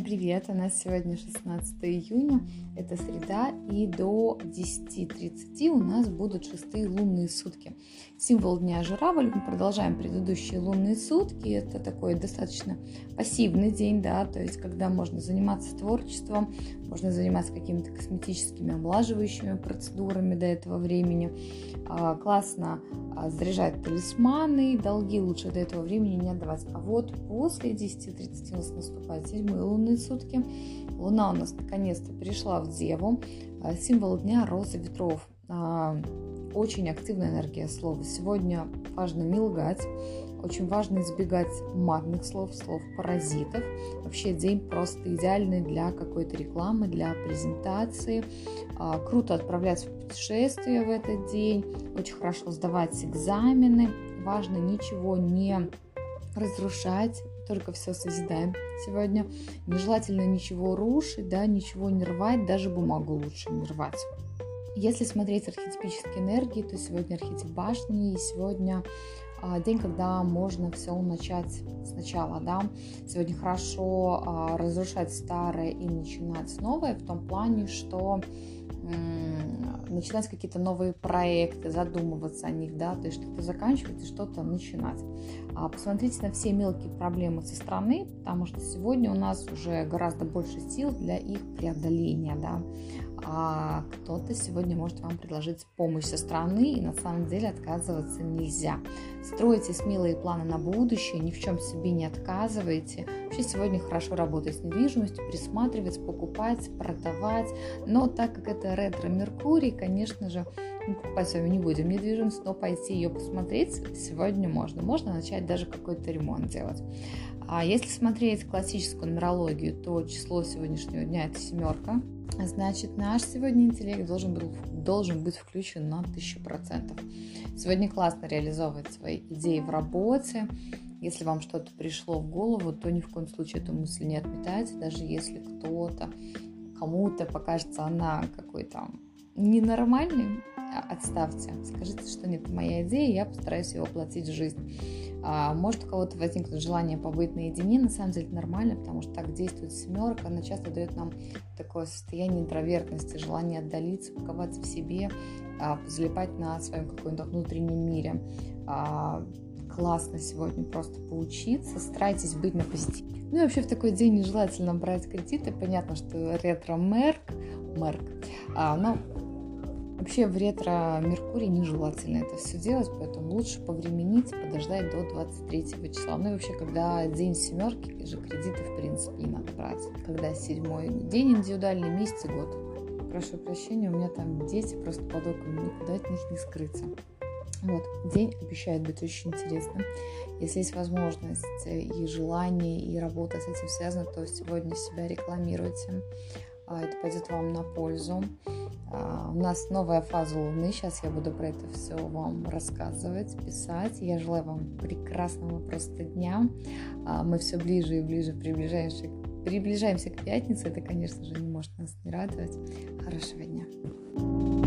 привет! У нас сегодня 16 июня, это среда, и до 10:30 у нас будут шестые лунные сутки. Символ дня журавль, мы продолжаем предыдущие лунные сутки, это такой достаточно пассивный день, да, то есть когда можно заниматься творчеством, можно заниматься какими-то косметическими омолаживающими процедурами до этого времени, классно заряжать талисманы, долги лучше до этого времени не отдавать. А вот после 10:30 у нас наступают седьмые лунные сутки. Луна у нас наконец-то перешла в Деву. Символ дня — роза ветров. Очень активная энергия слова. Сегодня важно не лгать, очень важно избегать матных слов, слов-паразитов. Вообще день просто идеальный для какой-то рекламы, для презентации. Круто отправляться в путешествие в этот день, очень хорошо сдавать экзамены. Важно ничего не разрушать, только все созидаем сегодня. Нежелательно ничего рушить, да, ничего не рвать, даже бумагу лучше не рвать. Если смотреть архетипические энергии, то сегодня архетип башни, и сегодня день, когда можно все начать сначала, да. Сегодня хорошо разрушать старое и начинать новое, в том плане, что начинать какие-то новые проекты, задумываться о них, да, то есть что-то заканчивать и что-то начинать. Посмотрите на все мелкие проблемы со стороны, потому что сегодня у нас уже гораздо больше сил для их преодоления, да. А кто-то сегодня может вам предложить помощь со стороны, и на самом деле отказываться нельзя. Стройте смелые планы на будущее, ни в чем себе не отказывайте. Вообще сегодня хорошо работать с недвижимостью, присматривать, покупать, продавать. Но так как это ретро-Меркурий, конечно же, мы покупать с вами не будем недвижимость, но пойти ее посмотреть сегодня можно. Можно начать даже какой-то ремонт делать. А если смотреть классическую нумерологию, то число сегодняшнего дня — это 7. Значит, наш сегодня интеллект должен быть включен на 1000%. Сегодня классно реализовывать свои идеи в работе. Если вам что-то пришло в голову, то ни в коем случае эту мысль не отметайте, даже если кому-то покажется она какой-то ненормальной, отставьте. Скажите, что нет, это моя идея, я постараюсь ее воплотить в жизнь. Может, у кого-то возникнет желание побыть наедине, на самом деле это нормально, потому что так действует 7, она часто дает нам такое состояние интровертности, желание отдалиться, паковаться в себе, залипать на своем каком-то внутреннем мире. Классно сегодня просто поучиться, старайтесь быть на позитиве. Ну и вообще в такой день нежелательно брать кредиты, понятно, что ретро-мерк, но вообще в ретро-Меркурий нежелательно это все делать, поэтому лучше повременить, подождать до 23 числа. Ну и вообще, когда день 7, же кредиты в принципе не надо брать. Когда 7 день индивидуальный, месяц и год. Прошу прощения, у меня там дети просто под окнами, никуда от них не скрыться. Вот, день обещает быть очень интересным. Если есть возможность и желание, и работа с этим связана, то сегодня себя рекламируйте. Это пойдет вам на пользу. У нас новая фаза Луны. Сейчас я буду про это все вам рассказывать, писать. Я желаю вам прекрасного просто дня. Мы все ближе и ближе приближаемся к пятнице. Это, конечно же, не может нас не радовать. Хорошего дня.